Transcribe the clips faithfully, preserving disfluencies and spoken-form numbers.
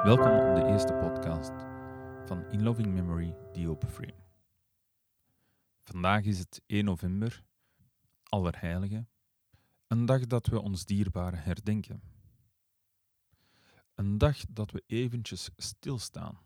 Welkom op de eerste podcast van In Loving Memory, The Open Frame. Vandaag is het één november, Allerheiligen, een dag dat we ons dierbaren herdenken. Een dag dat we eventjes stilstaan.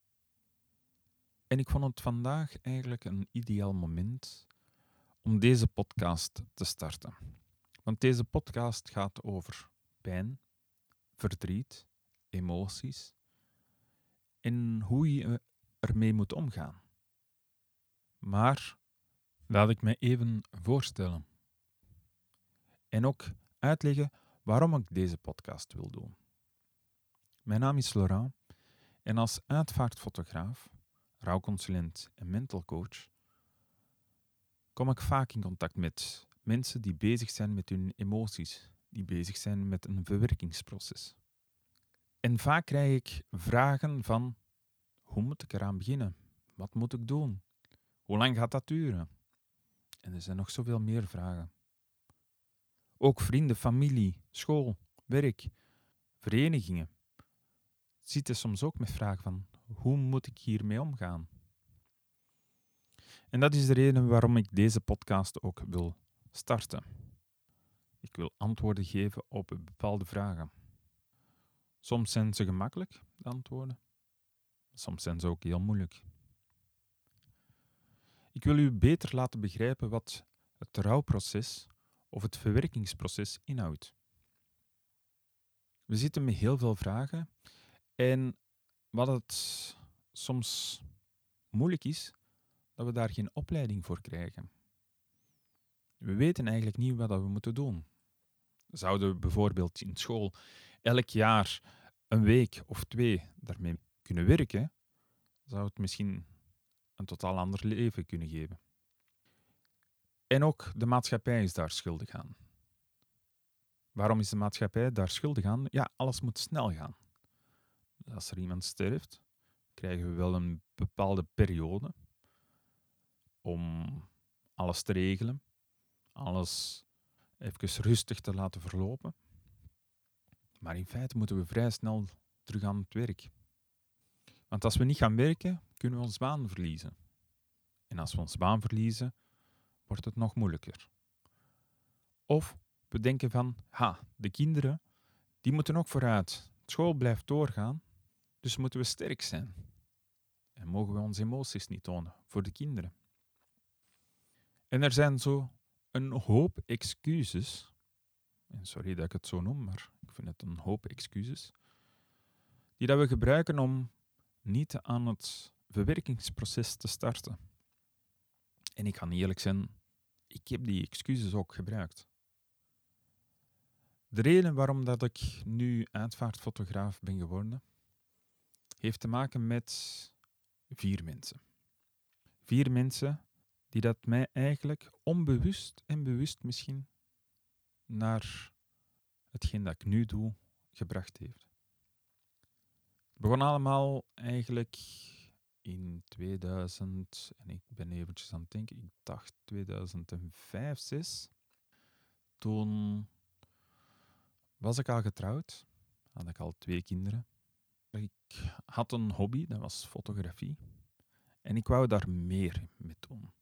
En ik vond het vandaag eigenlijk een ideaal moment om deze podcast te starten. Want deze podcast gaat over pijn, verdriet, emoties en hoe je ermee moet omgaan. Maar laat ik me even voorstellen en ook uitleggen waarom ik deze podcast wil doen. Mijn naam is Laurent en als uitvaartfotograaf, rouwconsulent en mental coach kom ik vaak in contact met mensen die bezig zijn met hun emoties, die bezig zijn met een verwerkingsproces. En vaak krijg ik vragen van, hoe moet ik eraan beginnen? Wat moet ik doen? Hoe lang gaat dat duren? En er zijn nog zoveel meer vragen. Ook vrienden, familie, school, werk, verenigingen zitten soms ook met vragen van, hoe moet ik hiermee omgaan? En dat is de reden waarom ik deze podcast ook wil starten. Ik wil antwoorden geven op bepaalde vragen. Soms zijn ze gemakkelijk, de antwoorden. Soms zijn ze ook heel moeilijk. Ik wil u beter laten begrijpen wat het rouwproces of het verwerkingsproces inhoudt. We zitten met heel veel vragen en wat het soms moeilijk is, dat we daar geen opleiding voor krijgen. We weten eigenlijk niet wat we moeten doen. Zouden we bijvoorbeeld in school elk jaar een week of twee daarmee kunnen werken, zou het misschien een totaal ander leven kunnen geven. En ook de maatschappij is daar schuldig aan. Waarom is de maatschappij daar schuldig aan? Ja, alles moet snel gaan. Als er iemand sterft, krijgen we wel een bepaalde periode om alles te regelen, alles even rustig te laten verlopen. Maar in feite moeten we vrij snel terug aan het werk. Want als we niet gaan werken, kunnen we ons baan verliezen. En als we ons baan verliezen, wordt het nog moeilijker. Of we denken van, ha, de kinderen, die moeten ook vooruit. School blijft doorgaan, dus moeten we sterk zijn. En mogen we onze emoties niet tonen voor de kinderen. En er zijn zo een hoop excuses. En sorry dat ik het zo noem, maar ik vind het een hoop excuses. Die dat we gebruiken om niet aan het verwerkingsproces te starten. En ik ga niet eerlijk zijn, ik heb die excuses ook gebruikt. De reden waarom dat ik nu uitvaartfotograaf ben geworden, heeft te maken met vier mensen. Vier mensen die dat mij eigenlijk onbewust en bewust misschien naar hetgeen dat ik nu doe, gebracht heeft. Het begon allemaal eigenlijk in tweeduizend, en ik ben eventjes aan het denken, ik dacht tweeduizend vijf, zes. Toen was ik al getrouwd, had ik al twee kinderen. Ik had een hobby, dat was fotografie. En ik wou daar meer mee doen.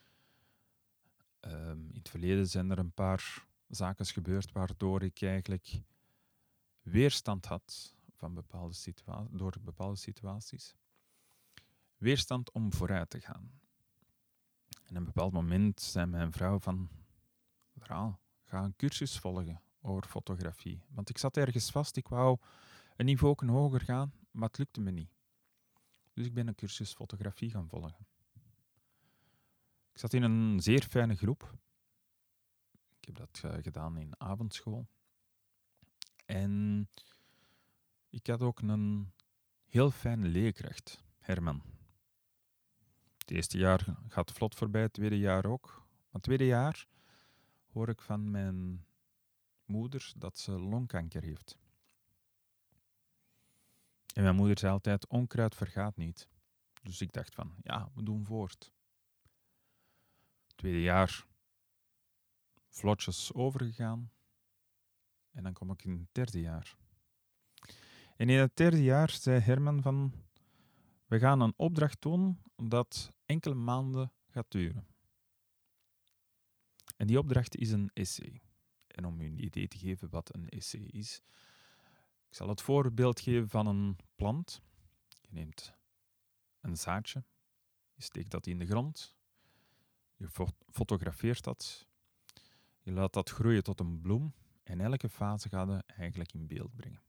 Um, in het verleden zijn er een paar zaken gebeurd waardoor ik eigenlijk weerstand had van bepaalde situa- door bepaalde situaties. Weerstand om vooruit te gaan. En op een bepaald moment zei mijn vrouw van, Lara, ga een cursus volgen over fotografie. Want ik zat ergens vast, ik wou een niveau hoger gaan, maar het lukte me niet. Dus ik ben een cursus fotografie gaan volgen. Ik zat in een zeer fijne groep. Ik heb dat uh, gedaan in avondschool. En ik had ook een heel fijne leerkracht, Herman. Het eerste jaar gaat vlot voorbij, het tweede jaar ook. Maar het tweede jaar hoor ik van mijn moeder dat ze longkanker heeft. En mijn moeder zei altijd, onkruid vergaat niet. Dus ik dacht van, ja, we doen voort. Het tweede jaar vlotjes overgegaan. En dan kom ik in het derde jaar. En in het derde jaar zei Herman van, we gaan een opdracht doen dat enkele maanden gaat duren. En die opdracht is een essay. En om u een idee te geven wat een essay is, ik zal het voorbeeld geven van een plant. Je neemt een zaadje, je steekt dat in de grond, je fo- fotografeert dat, je laat dat groeien tot een bloem en elke fase gaat je eigenlijk in beeld brengen.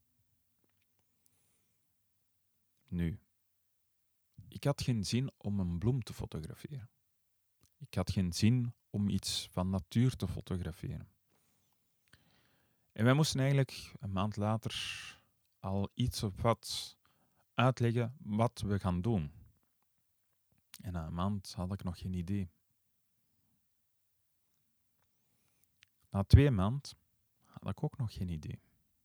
Nu, ik had geen zin om een bloem te fotograferen. Ik had geen zin om iets van natuur te fotograferen. En wij moesten eigenlijk een maand later al iets of wat uitleggen wat we gaan doen. En na een maand had ik nog geen idee. Na twee maanden had ik ook nog geen idee.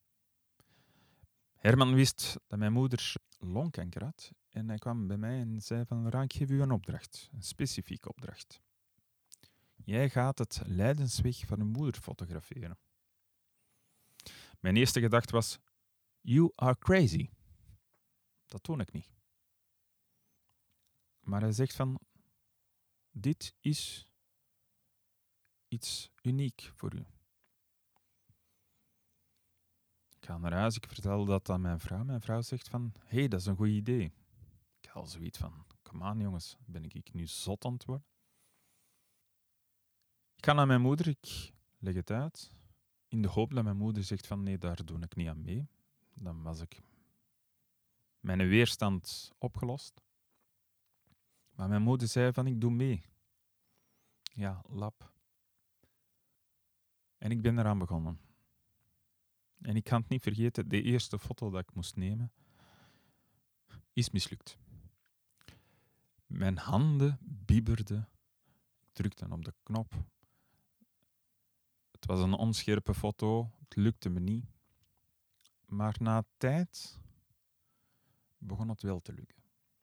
Herman wist dat mijn moeder longkanker had en hij kwam bij mij en zei van, Ra, ik geef u een opdracht, een specifieke opdracht. Jij gaat het lijdensweg van uw moeder fotograferen. Mijn eerste gedachte was, you are crazy. Dat doe ik niet. Maar hij zegt van, dit is iets uniek voor u. Ik ga naar huis, ik vertel dat aan mijn vrouw. Mijn vrouw zegt van, hé, hey, dat is een goed idee. Ik had al zoiets van, kom aan jongens, ben ik nu zot aan het worden? Ik ga naar mijn moeder, ik leg het uit, in de hoop dat mijn moeder zegt van, nee, daar doe ik niet aan mee. Dan was ik mijn weerstand opgelost. Maar mijn moeder zei van, ik doe mee. Ja, lap. En ik ben eraan begonnen. En ik kan het niet vergeten, de eerste foto dat ik moest nemen, is mislukt. Mijn handen bibberden. Ik drukte op de knop. Het was een onscherpe foto. Het lukte me niet. Maar na tijd begon het wel te lukken.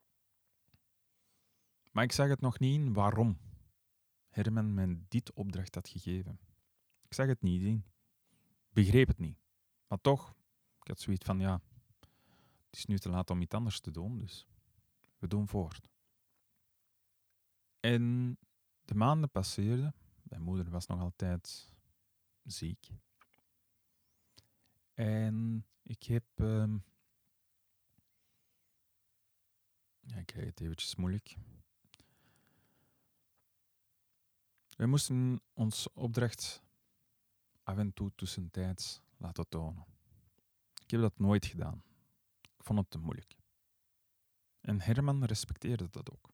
Maar ik zag het nog niet in waarom Herman mij dit opdracht had gegeven. Ik zag het niet in. Begreep het niet. Maar toch, ik had zoiets van, ja, het is nu te laat om iets anders te doen, dus we doen voort. En de maanden passeerden. Mijn moeder was nog altijd ziek. En ik heb... Um, ja, ik krijg het eventjes moeilijk. We moesten ons opdracht af en toe tussentijds laten tonen. Ik heb dat nooit gedaan. Ik vond het te moeilijk. En Herman respecteerde dat ook.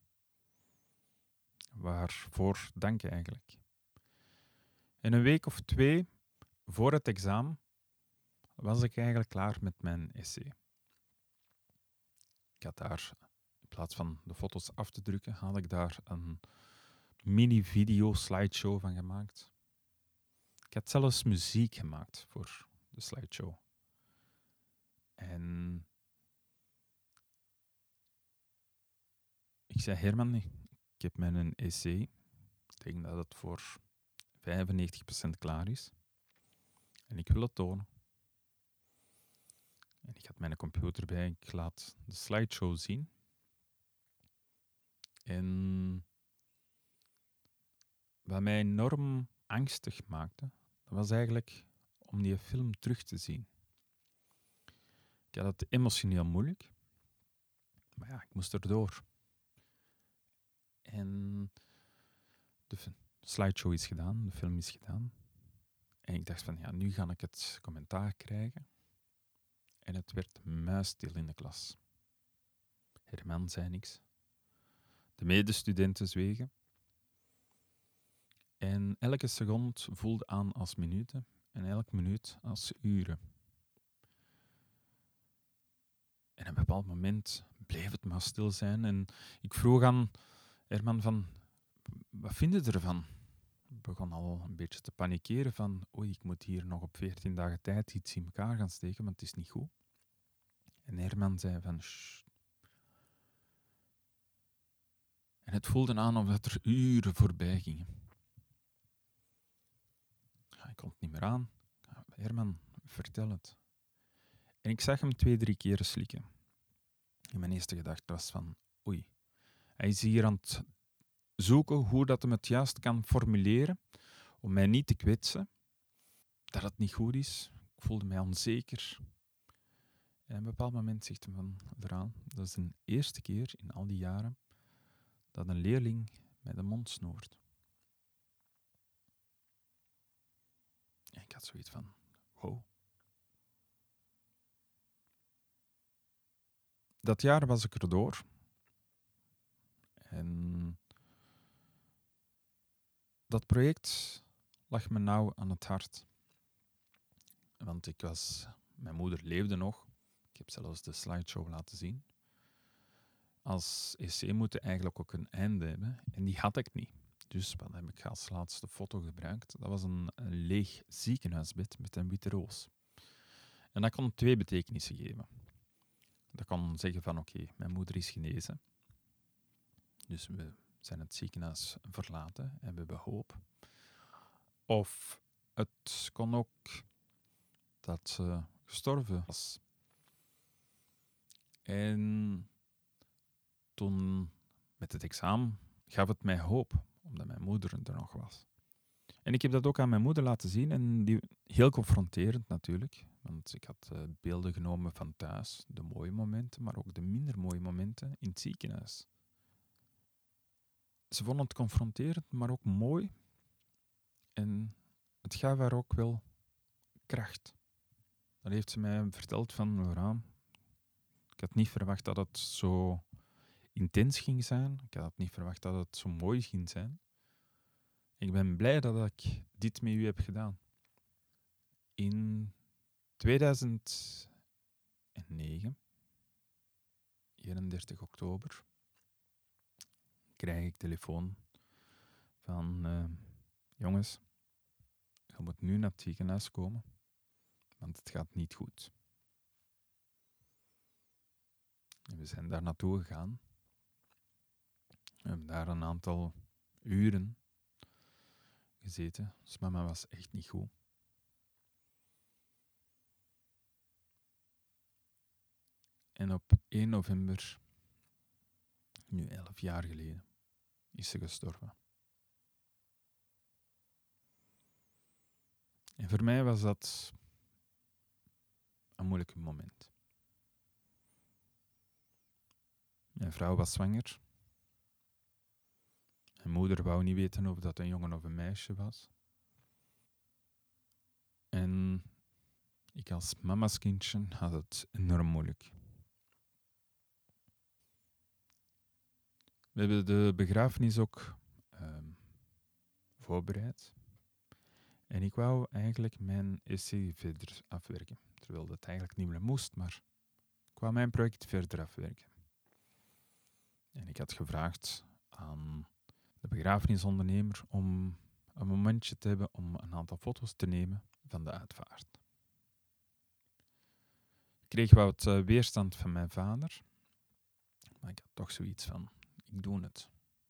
Waarvoor dank eigenlijk. En een week of twee voor het examen was ik eigenlijk klaar met mijn essay. Ik had daar, in plaats van de foto's af te drukken, had ik daar een mini-video slideshow van gemaakt. Ik had zelfs muziek gemaakt voor de slideshow. En ik zei, Herman, ik heb mijn essay. Ik denk dat het voor vijfennegentig procent klaar is. En ik wil het tonen. En ik had mijn computer bij. Ik laat de slideshow zien. En wat mij enorm angstig maakte, dat was eigenlijk om die film terug te zien. Ik had het emotioneel moeilijk. Maar ja, ik moest erdoor. En de slideshow is gedaan, de film is gedaan. En ik dacht van, ja, nu ga ik het commentaar krijgen. En het werd muisstil in de klas. Herman zei niks. De medestudenten zwegen. En elke seconde voelde aan als minuten en elke minuut als uren. En op een bepaald moment bleef het maar stil zijn. En ik vroeg aan Herman van, wat vind je ervan? Ik begon al een beetje te panikeren van, oei, ik moet hier nog op veertien dagen tijd iets in elkaar gaan steken, want het is niet goed. En Herman zei van, shh. En het voelde aan of er uren voorbij gingen. Ja, ik kon het niet meer aan. Ja, Herman, vertel het. En ik zag hem twee, drie keren slikken. En mijn eerste gedachte was van, oei, hij is hier aan het zoeken hoe dat hem het juist kan formuleren om mij niet te kwetsen, dat het niet goed is. Ik voelde mij onzeker. En op een bepaald moment zegt hij van, eraan, dat is de eerste keer in al die jaren dat een leerling mij de mond snoert. En ik had zoiets van, wow. Dat jaar was ik erdoor. En dat project lag me nauw aan het hart. Want ik was, mijn moeder leefde nog. Ik heb zelfs de slideshow laten zien. Als essay moet eigenlijk ook een einde hebben. En die had ik niet. Dus wat heb ik als laatste foto gebruikt? Dat was een, een leeg ziekenhuisbed met een witte roos. En dat kon twee betekenissen geven. Dat kon zeggen van oké, okay, mijn moeder is genezen. Dus we zijn het ziekenhuis verlaten en we hebben hoop. Of het kon ook dat ze gestorven was. En toen met het examen gaf het mij hoop, omdat mijn moeder er nog was. En ik heb dat ook aan mijn moeder laten zien en die, heel confronterend natuurlijk. Want ik had uh, beelden genomen van thuis, de mooie momenten, maar ook de minder mooie momenten in het ziekenhuis. Ze vonden het confronterend, maar ook mooi. En het gaf haar ook wel kracht. Dan heeft ze mij verteld van, Laurent, ik had niet verwacht dat het zo intens ging zijn. Ik had niet verwacht dat het zo mooi ging zijn. Ik ben blij dat ik dit met u heb gedaan. In tweeduizend negen, eenendertig oktober, krijg ik telefoon van uh, jongens, je moet nu naar het ziekenhuis komen, want het gaat niet goed. En we zijn daar naartoe gegaan. We hebben daar een aantal uren gezeten. Dus mama was echt niet goed. En op één november, nu elf jaar geleden, is ze gestorven. En voor mij was dat een moeilijk moment. Mijn vrouw was zwanger. Mijn moeder wou niet weten of dat een jongen of een meisje was. En ik als mama's kindje had het enorm moeilijk. We hebben de begrafenis ook uh, voorbereid. En ik wou eigenlijk mijn essay verder afwerken. Terwijl dat eigenlijk niet meer moest, maar ik wou mijn project verder afwerken. En ik had gevraagd aan de begrafenisondernemer om een momentje te hebben om een aantal foto's te nemen van de uitvaart. Ik kreeg wat uh, weerstand van mijn vader, maar ik had toch zoiets van, ik doe het.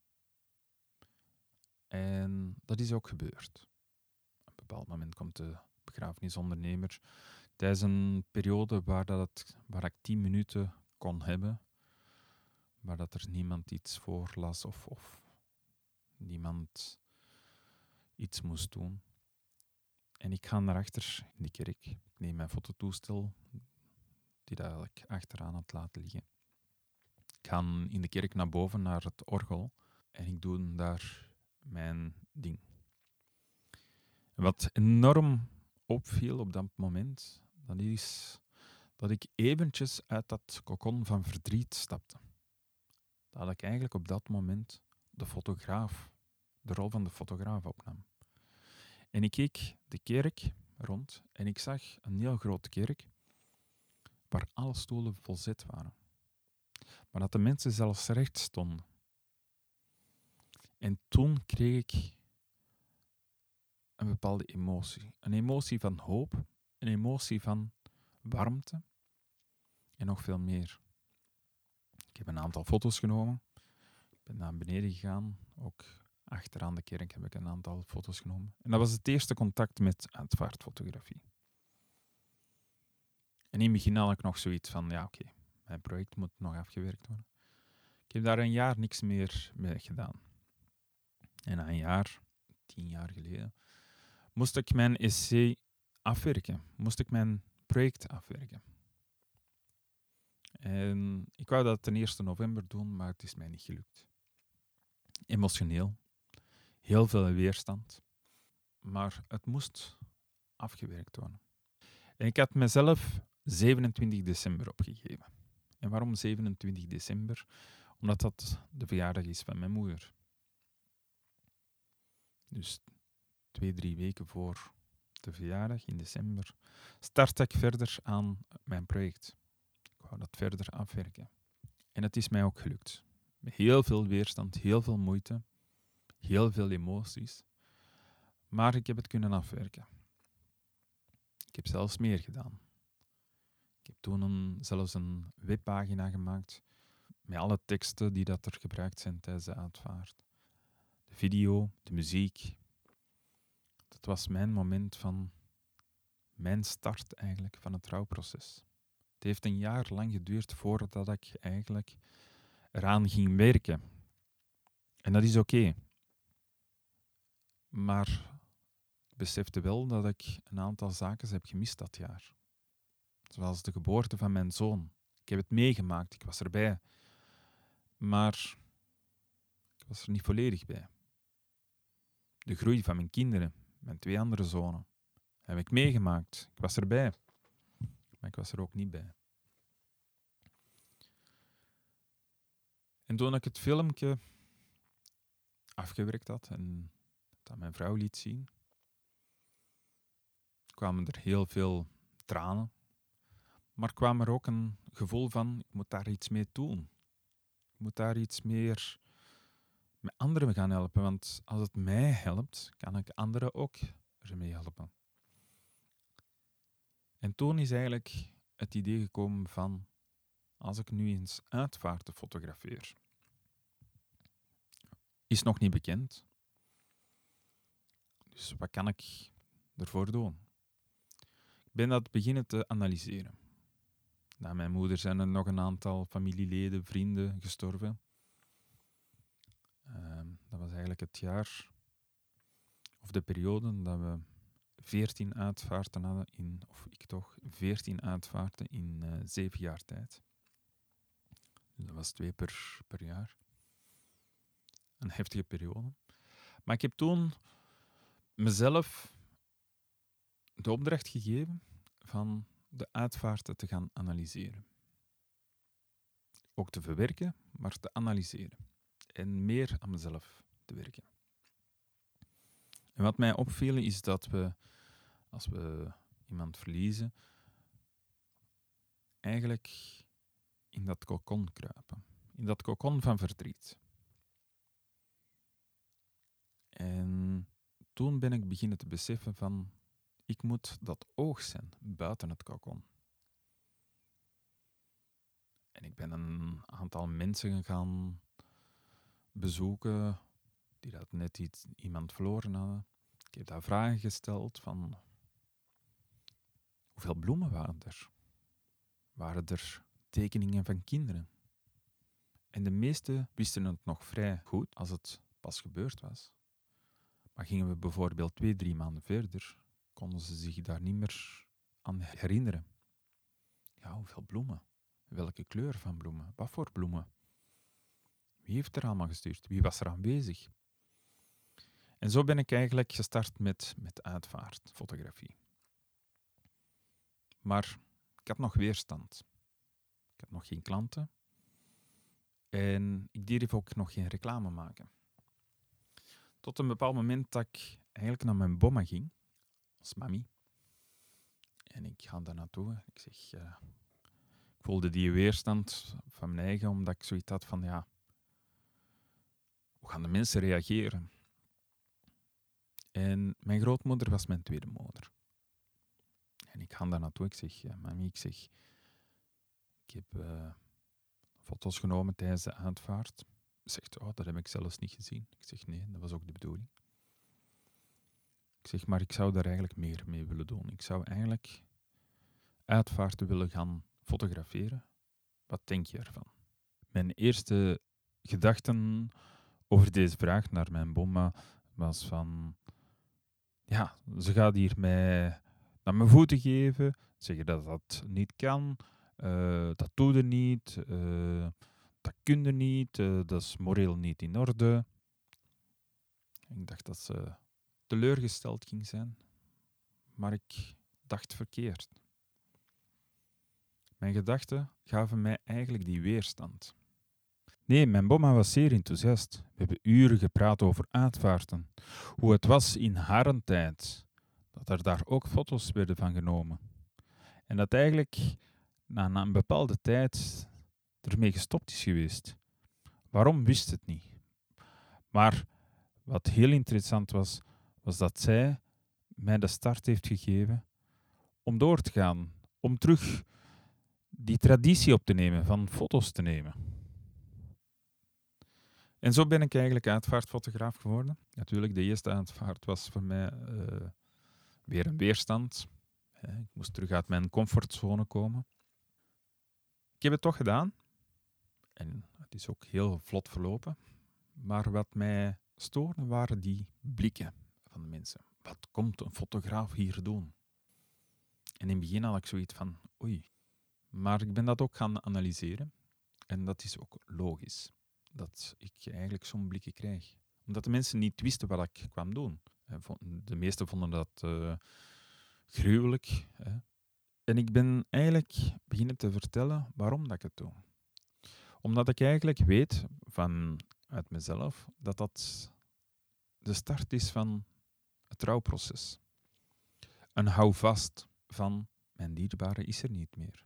En dat is ook gebeurd. Op een bepaald moment komt de begrafenisondernemer tijdens een periode waar, dat het, waar ik tien minuten kon hebben, waar dat er niemand iets voorlas of, of niemand iets moest doen. En ik ga naar achter in de kerk. Ik neem mijn fototoestel, die dat ik achteraan had laten liggen. Ik ga in de kerk naar boven, naar het orgel. En ik doe daar mijn ding. En wat enorm opviel op dat moment, dat is dat ik eventjes uit dat kokon van verdriet stapte. Dat ik eigenlijk op dat moment de fotograaf, de rol van de fotograaf opnam. En ik keek de kerk rond en ik zag een heel grote kerk waar alle stoelen volzet waren. Maar dat de mensen zelfs recht stonden. En toen kreeg ik een bepaalde emotie. Een emotie van hoop, een emotie van warmte en nog veel meer. Ik heb een aantal foto's genomen. Ik ben naar beneden gegaan. Ook achteraan de kerk heb ik een aantal foto's genomen. En dat was het eerste contact met uitvaartfotografie. En in het begin had ik nog zoiets van, ja oké, okay, mijn project moet nog afgewerkt worden. Ik heb daar een jaar niks meer mee gedaan. En na een jaar, tien jaar geleden, moest ik mijn essay afwerken. Moest ik mijn project afwerken. En ik wou dat ten eerste november doen, maar het is mij niet gelukt. Emotioneel. Heel veel weerstand. Maar het moest afgewerkt worden. En ik had mezelf zevenentwintig december opgegeven. En waarom zevenentwintig december? Omdat dat de verjaardag is van mijn moeder. Dus twee, drie weken voor de verjaardag in december start ik verder aan mijn project. Ik wou dat verder afwerken. En het is mij ook gelukt. Met heel veel weerstand, heel veel moeite, heel veel emoties. Maar ik heb het kunnen afwerken. Ik heb zelfs meer gedaan. Ik heb toen een, zelfs een webpagina gemaakt met alle teksten die dat er gebruikt zijn tijdens de uitvaart. De video, de muziek. Dat was mijn moment van mijn start eigenlijk van het rouwproces. Het heeft een jaar lang geduurd voordat ik eigenlijk eraan ging werken. En dat is oké. Okay. Maar ik besefte wel dat ik een aantal zaken heb gemist dat jaar. Zoals de geboorte van mijn zoon. Ik heb het meegemaakt, ik was erbij. Maar ik was er niet volledig bij. De groei van mijn kinderen, mijn twee andere zonen, heb ik meegemaakt. Ik was erbij. Maar ik was er ook niet bij. En toen ik het filmpje afgewerkt had en het aan mijn vrouw liet zien, kwamen er heel veel tranen. Maar kwam er ook een gevoel van, ik moet daar iets mee doen. Ik moet daar iets meer met anderen gaan helpen. Want als het mij helpt, kan ik anderen ook ermee helpen. En toen is eigenlijk het idee gekomen van, als ik nu eens uitvaarten fotografeer, is nog niet bekend. Dus wat kan ik ervoor doen? Ik ben dat beginnen te analyseren. Na mijn moeder zijn er nog een aantal familieleden, vrienden gestorven. Uh, dat was eigenlijk het jaar, of de periode, dat we veertien uitvaarten hadden in, of ik toch, veertien uitvaarten in uh, zeven jaar tijd. Dus dat was twee per, per jaar. Een heftige periode. Maar ik heb toen mezelf de opdracht gegeven van de uitvaarten te gaan analyseren. Ook te verwerken, maar te analyseren. En meer aan mezelf te werken. En wat mij opviel is dat we, als we iemand verliezen, eigenlijk in dat kokon kruipen. In dat kokon van verdriet. En toen ben ik beginnen te beseffen van, ik moet dat oog zijn, buiten het kokon. En ik ben een aantal mensen gaan bezoeken die dat net iets, iemand verloren hadden. Ik heb daar vragen gesteld van, hoeveel bloemen waren er? Waren er tekeningen van kinderen? En de meesten wisten het nog vrij goed als het pas gebeurd was. Maar gingen we bijvoorbeeld twee, drie maanden verder, konden ze zich daar niet meer aan herinneren. Ja, hoeveel bloemen? Welke kleur van bloemen? Wat voor bloemen? Wie heeft er allemaal gestuurd? Wie was er aanwezig? En zo ben ik eigenlijk gestart met, met uitvaartfotografie. Maar ik had nog weerstand. Ik had nog geen klanten. En ik durf ook nog geen reclame maken. Tot een bepaald moment dat ik eigenlijk naar mijn bomma ging, als mami. En ik ga daar naartoe. Ik zeg, uh, ik voelde die weerstand van mijn eigen, omdat ik zoiets had van, ja, hoe gaan de mensen reageren? En mijn grootmoeder was mijn tweede moeder. En ik ga daar naartoe. Ik zeg, ja, mami, ik zeg, ik heb uh, foto's genomen tijdens de uitvaart. Ze zegt, oh, dat heb ik zelfs niet gezien. Ik zeg, nee, dat was ook de bedoeling. Ik zeg, maar ik zou daar eigenlijk meer mee willen doen. Ik zou eigenlijk uitvaart te willen gaan fotograferen. Wat denk je ervan? Mijn eerste gedachten over deze vraag naar mijn bomma was van... Ja, ze gaat hier mij naar mijn voeten geven, zeggen dat dat niet kan, uh, dat doe je niet, uh, dat kun je niet, uh, dat is moreel niet in orde. Ik dacht dat ze teleurgesteld ging zijn, maar ik dacht verkeerd. Mijn gedachten gaven mij eigenlijk die weerstand. Nee, mijn bomma was zeer enthousiast. We hebben uren gepraat over uitvaarten. Hoe het was in haar tijd. Dat er daar ook foto's werden van genomen. En dat eigenlijk na, na een bepaalde tijd ermee gestopt is geweest. Waarom wist het niet? Maar wat heel interessant was, was dat zij mij de start heeft gegeven om door te gaan. Om terug die traditie op te nemen van foto's te nemen. En zo ben ik eigenlijk uitvaartfotograaf geworden. Natuurlijk, de eerste uitvaart was voor mij uh, weer een weerstand. Ik moest terug uit mijn comfortzone komen. Ik heb het toch gedaan. En het is ook heel vlot verlopen. Maar wat mij stoorde waren die blikken van de mensen. Wat komt een fotograaf hier doen? En in het begin had ik zoiets van, oei. Maar ik ben dat ook gaan analyseren. En dat is ook logisch. Dat ik eigenlijk zo'n blikken krijg. Omdat de mensen niet wisten wat ik kwam doen. De meesten vonden dat uh, gruwelijk. Hè. En ik ben eigenlijk beginnen te vertellen waarom dat ik het doe. Omdat ik eigenlijk weet vanuit mezelf dat dat de start is van het rouwproces. Een houvast van mijn dierbare is er niet meer.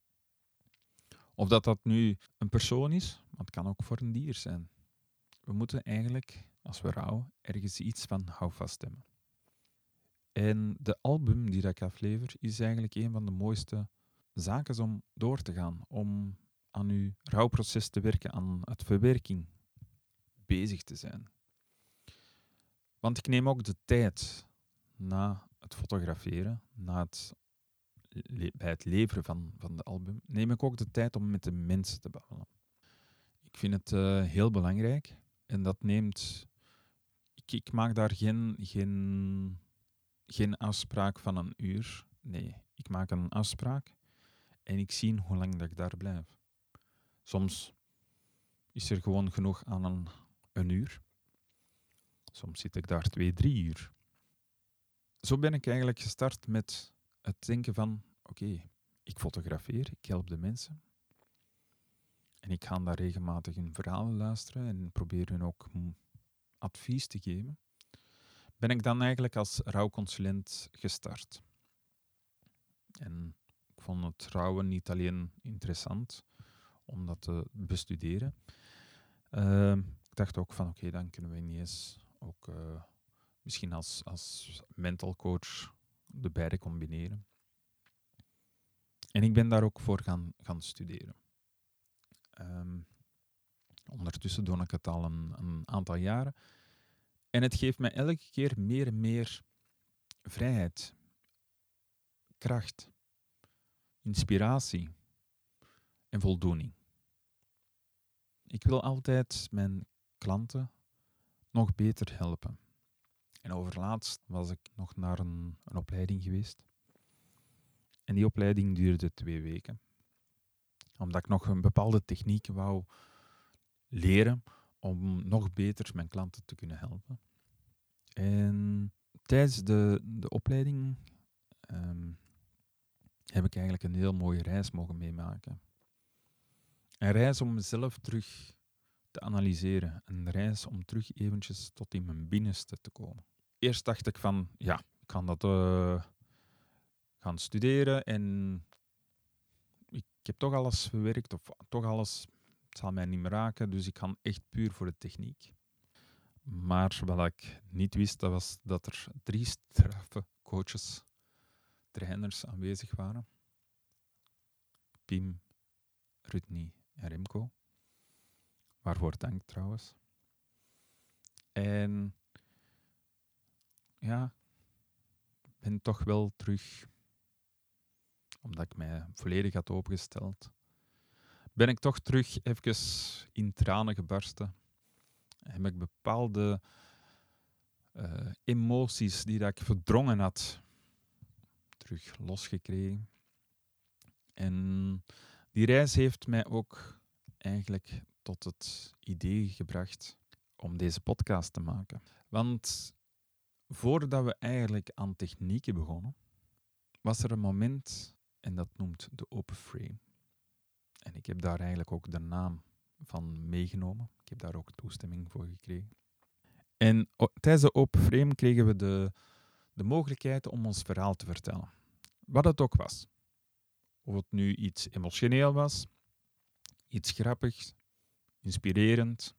Of dat dat nu een persoon is, maar het kan ook voor een dier zijn. We moeten eigenlijk, als we rouwen, ergens iets van houvast hebben. En de album die ik aflever is eigenlijk een van de mooiste zaken om door te gaan. Om aan uw rouwproces te werken, aan het verwerking bezig te zijn. Want ik neem ook de tijd na het fotograferen, na het, bij het leveren van, van de album, neem ik ook de tijd om met de mensen te babbelen. Ik vind het uh, heel belangrijk en dat neemt... Ik, ik maak daar geen, geen, geen afspraak van een uur. Nee, ik maak een afspraak en ik zie hoe lang dat ik daar blijf. Soms is er gewoon genoeg aan een, een uur. Soms zit ik daar twee, drie uur. Zo ben ik eigenlijk gestart met het denken van, oké, okay, ik fotografeer, ik help de mensen. En ik ga daar regelmatig hun verhalen luisteren en probeer hun ook advies te geven. Ben ik dan eigenlijk als rouwconsulent gestart. En ik vond het rouwen niet alleen interessant om dat te bestuderen. Uh, ik dacht ook van, oké, okay, dan kunnen we ineens ook uh, misschien als, als mental coach de beide combineren. En ik ben daar ook voor gaan, gaan studeren. Um, ondertussen doe ik het al een, een aantal jaren. En het geeft mij elke keer meer en meer vrijheid, kracht, inspiratie en voldoening. Ik wil altijd mijn klanten nog beter helpen. En overlaatst was ik nog naar een, een opleiding geweest. En die opleiding duurde twee weken. Omdat ik nog een bepaalde techniek wou leren om nog beter mijn klanten te kunnen helpen. En tijdens de, de opleiding um, heb ik eigenlijk een heel mooie reis mogen meemaken. Een reis om mezelf terug te analyseren. Een reis om terug eventjes tot in mijn binnenste te komen. Eerst dacht ik van, ja, ik kan dat uh, gaan studeren en ik heb toch alles verwerkt, of toch alles, het zal mij niet meer raken, dus ik ga echt puur voor de techniek. Maar wat ik niet wist, dat was dat er drie straffe coaches, trainers aanwezig waren. Pim, Rutney en Remco. Waarvoor dank trouwens. En ja, ik ben toch wel terug omdat ik mij volledig had opengesteld, ben ik toch terug even in tranen gebarsten. Heb ik bepaalde uh, emoties die dat ik verdrongen had, terug losgekregen. En die reis heeft mij ook eigenlijk tot het idee gebracht om deze podcast te maken. Want voordat we eigenlijk aan technieken begonnen, was er een moment, en dat noemt de open frame. En ik heb daar eigenlijk ook de naam van meegenomen. Ik heb daar ook toestemming voor gekregen. En tijdens de open frame kregen we de, de mogelijkheid om ons verhaal te vertellen. Wat het ook was. Of het nu iets emotioneel was, iets grappigs, inspirerend,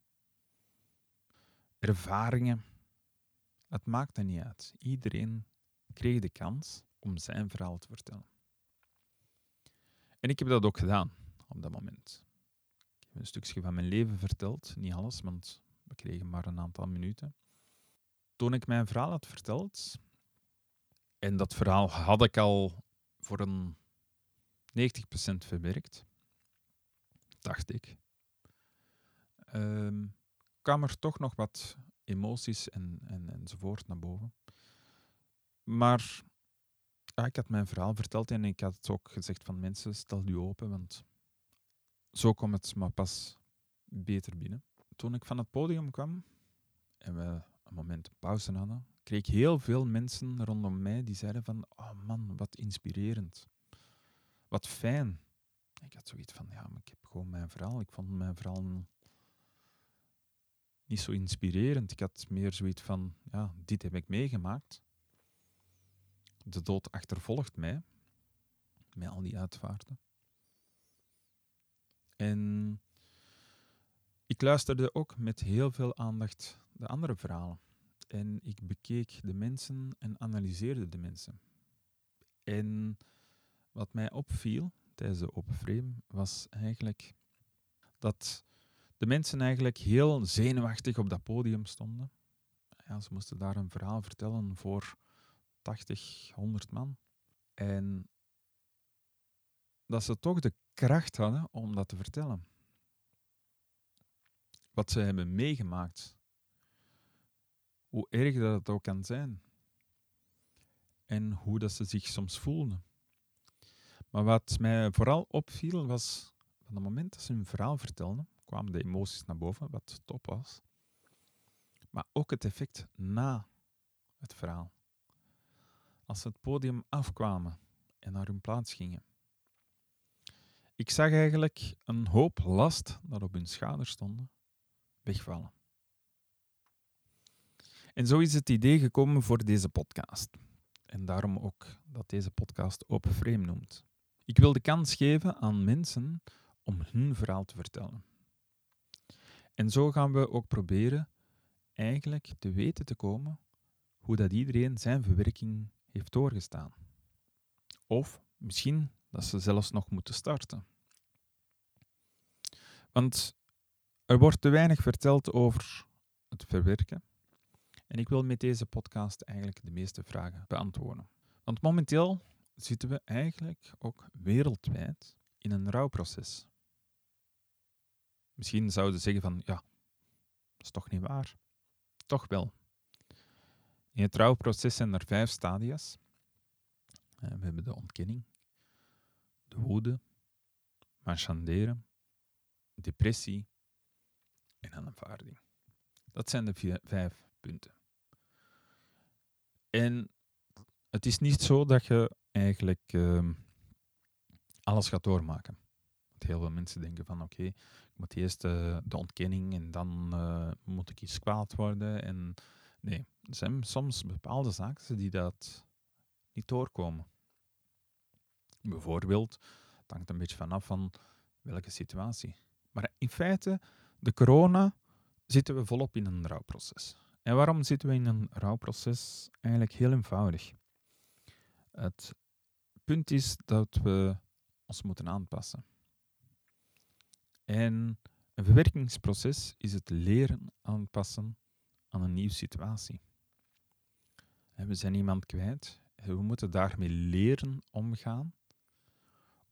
ervaringen. Het maakte niet uit. Iedereen kreeg de kans om zijn verhaal te vertellen. En ik heb dat ook gedaan op dat moment. Ik heb een stukje van mijn leven verteld. Niet alles, want we kregen maar een aantal minuten. Toen ik mijn verhaal had verteld, en dat verhaal had ik al voor een negentig procent verwerkt, dacht ik, um, kwam er toch nog wat emoties en, en, enzovoort naar boven. Maar ja, ik had mijn verhaal verteld en ik had het ook gezegd van mensen, stel je open, want zo komt het maar pas beter binnen. Toen ik van het podium kwam en we een moment pauze hadden, kreeg ik heel veel mensen rondom mij die zeiden van, oh man, wat inspirerend. Wat fijn. Ik had zoiets van, ja, maar ik heb gewoon mijn verhaal. Ik vond mijn verhaal niet zo inspirerend. Ik had meer zoiets van, ja, dit heb ik meegemaakt. De dood achtervolgt mij. Met al die uitvaarten. En ik luisterde ook met heel veel aandacht de andere verhalen. En ik bekeek de mensen en analyseerde de mensen. En wat mij opviel tijdens de open frame was eigenlijk dat de mensen eigenlijk heel zenuwachtig op dat podium stonden. Ja, ze moesten daar een verhaal vertellen voor tachtig, honderd man. En dat ze toch de kracht hadden om dat te vertellen. Wat ze hebben meegemaakt. Hoe erg dat het ook kan zijn. En hoe dat ze zich soms voelden. Maar wat mij vooral opviel was, van het moment dat ze hun verhaal vertelden, kwamen de emoties naar boven, wat top was. Maar ook het effect na het verhaal. Als ze het podium afkwamen en naar hun plaats gingen. Ik zag eigenlijk een hoop last dat op hun schouders stonden, wegvallen. En zo is het idee gekomen voor deze podcast. En daarom ook dat deze podcast Open Frame noemt. Ik wil de kans geven aan mensen om hun verhaal te vertellen. En zo gaan we ook proberen eigenlijk te weten te komen hoe dat iedereen zijn verwerking heeft doorgestaan. Of misschien dat ze zelfs nog moeten starten. Want er wordt te weinig verteld over het verwerken. En ik wil met deze podcast eigenlijk de meeste vragen beantwoorden. Want momenteel zitten we eigenlijk ook wereldwijd in een rouwproces. Misschien zouden ze zeggen van, ja, dat is toch niet waar? Toch wel. In het rouwproces zijn er vijf stadia's. We hebben de ontkenning, de woede, marchanderen, depressie en aanvaarding. Dat zijn de vier, vijf punten. En het is niet zo dat je eigenlijk uh, alles gaat doormaken. Want heel veel mensen denken van oké, okay, ik moet eerst uh, de ontkenning en dan uh, moet ik iets kwaad worden. En nee, er zijn soms bepaalde zaken die dat niet doorkomen. Bijvoorbeeld, het hangt een beetje vanaf van welke situatie. Maar in feite, de corona, zitten we volop in een rouwproces. En waarom zitten we in een rouwproces? Eigenlijk heel eenvoudig. Het punt is dat we ons moeten aanpassen. En een verwerkingsproces is het leren aanpassen aan een nieuwe situatie. We zijn iemand kwijt. We moeten daarmee leren omgaan.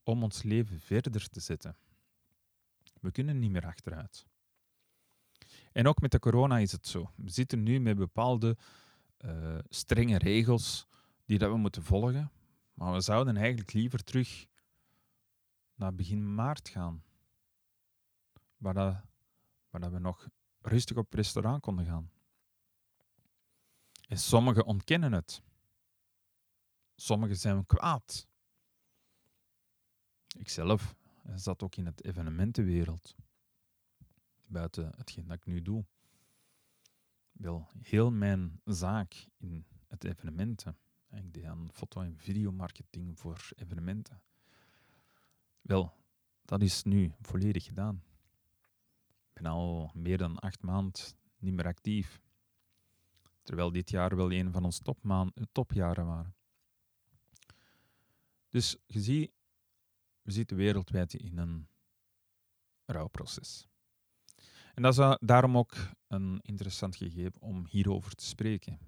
om ons leven verder te zetten. We kunnen niet meer achteruit. En ook met de corona is het zo. We zitten nu met bepaalde uh, strenge regels die dat we moeten volgen. Maar we zouden eigenlijk liever terug naar begin maart gaan. Waar, dat, waar dat we nog rustig op restaurant konden gaan. En sommigen ontkennen het. Sommigen zijn kwaad. Ikzelf zat ook in het evenementenwereld. Buiten hetgeen dat ik nu doe. Wel, heel mijn zaak in het evenementen. Ik deed aan foto- en videomarketing voor evenementen. Wel, dat is nu volledig gedaan. Ik ben al meer dan acht maanden niet meer actief. Terwijl dit jaar wel een van onze topmaan, topjaren waren. Dus je ziet, we zitten wereldwijd in een rouwproces. En dat is daarom ook een interessant gegeven om hierover te spreken.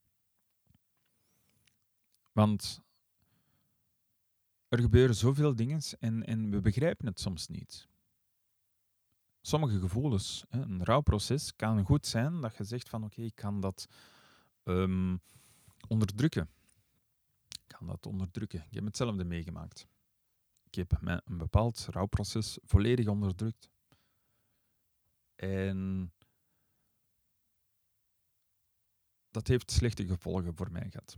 Want er gebeuren zoveel dingen en, en we begrijpen het soms niet. Sommige gevoelens, hè, een rouwproces kan goed zijn dat je zegt van oké, okay, ik kan dat um, onderdrukken. Ik kan dat onderdrukken. Ik heb hetzelfde meegemaakt. Ik heb mijn, een bepaald rouwproces volledig onderdrukt. En dat heeft slechte gevolgen voor mij gehad.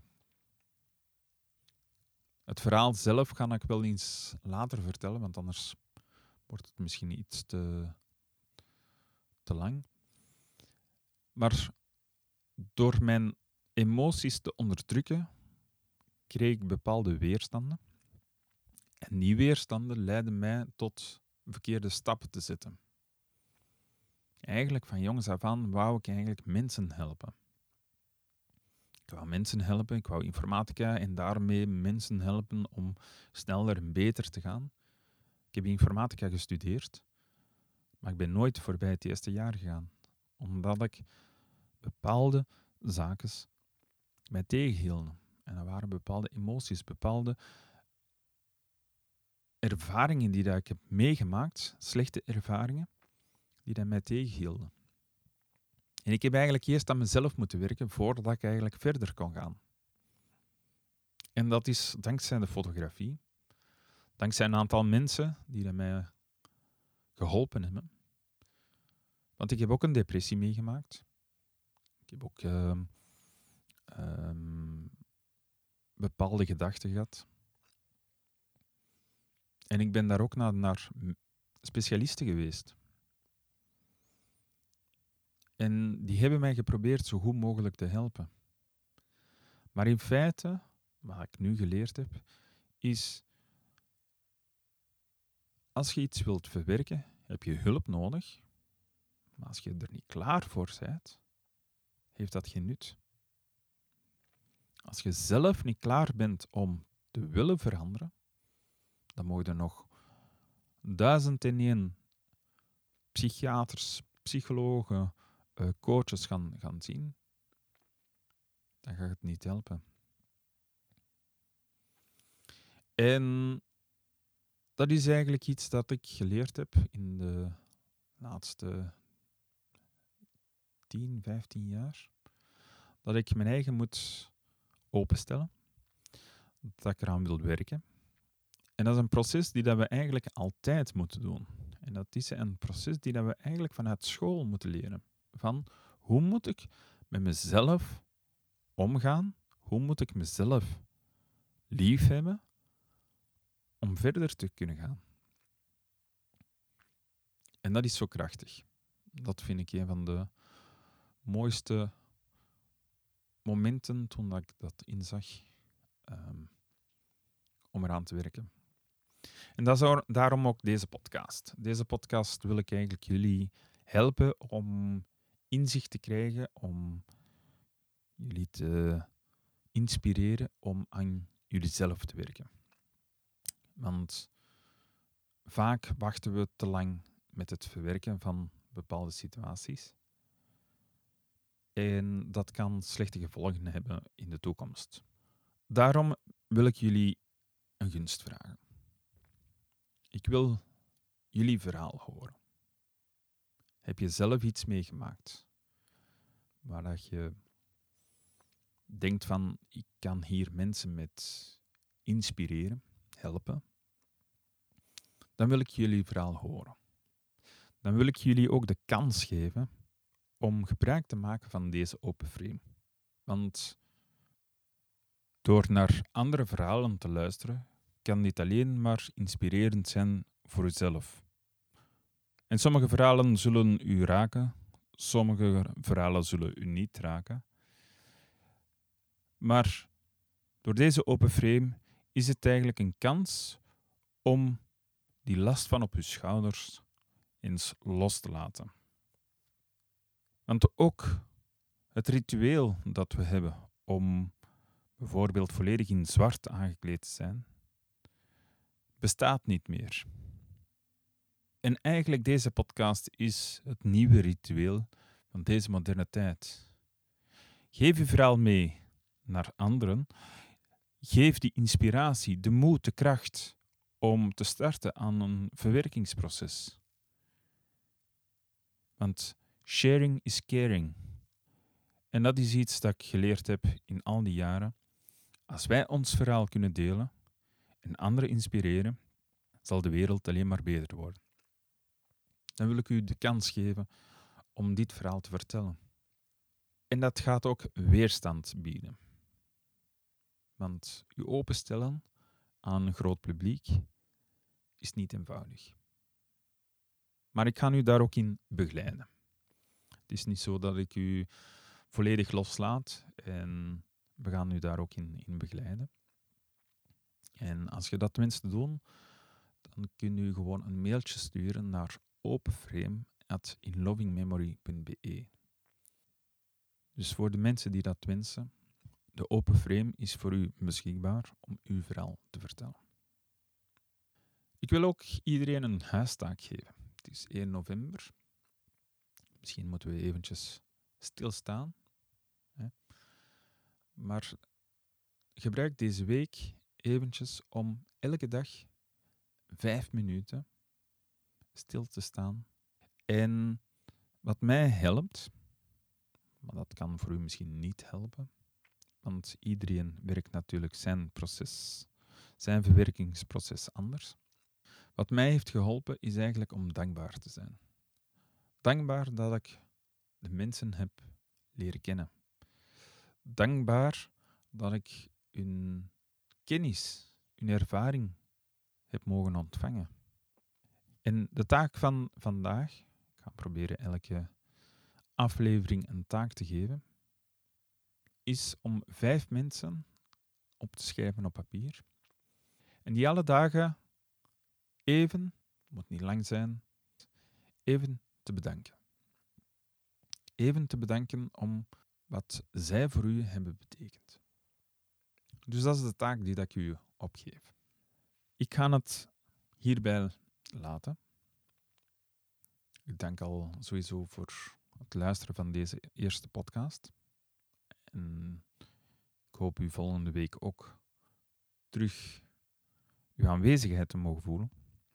Het verhaal zelf ga ik wel eens later vertellen, want anders wordt het misschien iets te, te lang. Maar door mijn emoties te onderdrukken, kreeg ik bepaalde weerstanden. En die weerstanden leidden mij tot verkeerde stappen te zetten. Eigenlijk van jongs af aan wou ik eigenlijk mensen helpen. Ik wou mensen helpen, ik wou informatica en daarmee mensen helpen om sneller en beter te gaan. Ik heb informatica gestudeerd, maar ik ben nooit voorbij het eerste jaar gegaan. Omdat ik bepaalde zaken mij tegenhielden. En dat waren bepaalde emoties, bepaalde ervaringen die dat ik heb meegemaakt, slechte ervaringen, die dat mij tegenhielden. En ik heb eigenlijk eerst aan mezelf moeten werken voordat ik eigenlijk verder kon gaan. En dat is dankzij de fotografie, dankzij een aantal mensen die dat mij geholpen hebben. Want ik heb ook een depressie meegemaakt. Ik heb ook uh, uh, bepaalde gedachten gehad. En ik ben daar ook naar, naar specialisten geweest. En die hebben mij geprobeerd zo goed mogelijk te helpen. Maar in feite, wat ik nu geleerd heb, is als je iets wilt verwerken, heb je hulp nodig. Maar als je er niet klaar voor bent, heeft dat geen nut. Als je zelf niet klaar bent om te willen veranderen, dan mogen er nog duizend en één psychiaters, psychologen, uh, coaches gaan, gaan zien. Dan gaat het niet helpen. En dat is eigenlijk iets dat ik geleerd heb in de laatste tien, vijftien jaar. Dat ik mijn eigen moet openstellen. Dat ik eraan wil werken. En dat is een proces die dat we eigenlijk altijd moeten doen. En dat is een proces die dat we eigenlijk vanuit school moeten leren. Van hoe moet ik met mezelf omgaan? Hoe moet ik mezelf lief hebben om verder te kunnen gaan? En dat is zo krachtig. Dat vind ik een van de mooiste momenten toen dat ik dat inzag um, om eraan te werken. En dat is daarom ook deze podcast. Deze podcast wil ik eigenlijk jullie helpen om inzicht te krijgen, om jullie te inspireren om aan jullie zelf te werken. Want vaak wachten we te lang met het verwerken van bepaalde situaties. En dat kan slechte gevolgen hebben in de toekomst. Daarom wil ik jullie een gunst vragen. Ik wil jullie verhaal horen. Heb je zelf iets meegemaakt waar dat je denkt van, ik kan hier mensen met inspireren, helpen? Dan wil ik jullie verhaal horen. Dan wil ik jullie ook de kans geven om gebruik te maken van deze open frame. Want door naar andere verhalen te luisteren, kan dit alleen maar inspirerend zijn voor uzelf. En sommige verhalen zullen u raken, sommige verhalen zullen u niet raken. Maar door deze open frame is het eigenlijk een kans om die last van op uw schouders eens los te laten. Want ook het ritueel dat we hebben om bijvoorbeeld volledig in zwart aangekleed te zijn, bestaat niet meer. En eigenlijk deze podcast is het nieuwe ritueel van deze moderne tijd. Geef je verhaal mee naar anderen. Geef die inspiratie, de moed, de kracht om te starten aan een verwerkingsproces. Want sharing is caring. En dat is iets dat ik geleerd heb in al die jaren. Als wij ons verhaal kunnen delen en anderen inspireren, zal de wereld alleen maar beter worden. Dan wil ik u de kans geven om dit verhaal te vertellen. En dat gaat ook weerstand bieden. Want u openstellen aan een groot publiek is niet eenvoudig. Maar ik ga u daar ook in begeleiden. Het is niet zo dat ik u volledig loslaat en we gaan u daar ook in, in begeleiden. En als je dat wenst te doen, dan kun je gewoon een mailtje sturen naar openframe at inlovingmemory punt be. Dus voor de mensen die dat wensen, de open frame is voor u beschikbaar om uw verhaal te vertellen. Ik wil ook iedereen een huistaak geven. Het is één november. Misschien moeten we eventjes stilstaan. Hè. Maar gebruik deze week eventjes om elke dag vijf minuten stil te staan. En wat mij helpt, maar dat kan voor u misschien niet helpen, want iedereen werkt natuurlijk zijn proces, zijn verwerkingsproces anders. Wat mij heeft geholpen is eigenlijk om dankbaar te zijn. Dankbaar dat ik de mensen heb leren kennen. Dankbaar dat ik hun kennis, hun ervaring heb mogen ontvangen. En de taak van vandaag, ik ga proberen elke aflevering een taak te geven, is om vijf mensen op te schrijven op papier. En die alle dagen even, moet niet lang zijn, even te bedanken. Even te bedanken om wat zij voor u hebben betekend. Dus dat is de taak die ik u opgeef. Ik ga het hierbij laten. Ik dank al sowieso voor het luisteren van deze eerste podcast. En ik hoop u volgende week ook terug uw aanwezigheid te mogen voelen.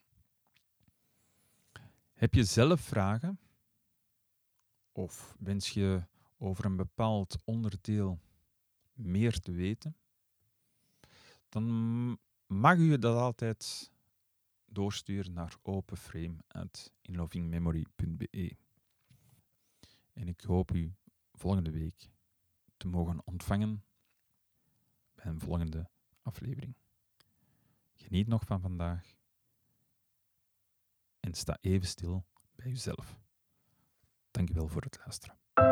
Heb je zelf vragen? Of wens je over een bepaald onderdeel meer te weten? Dan mag u dat altijd doorsturen naar openframe at inlovingmemory punt be. En ik hoop u volgende week te mogen ontvangen bij een volgende aflevering. Geniet nog van vandaag en sta even stil bij uzelf. Dank u wel voor het luisteren.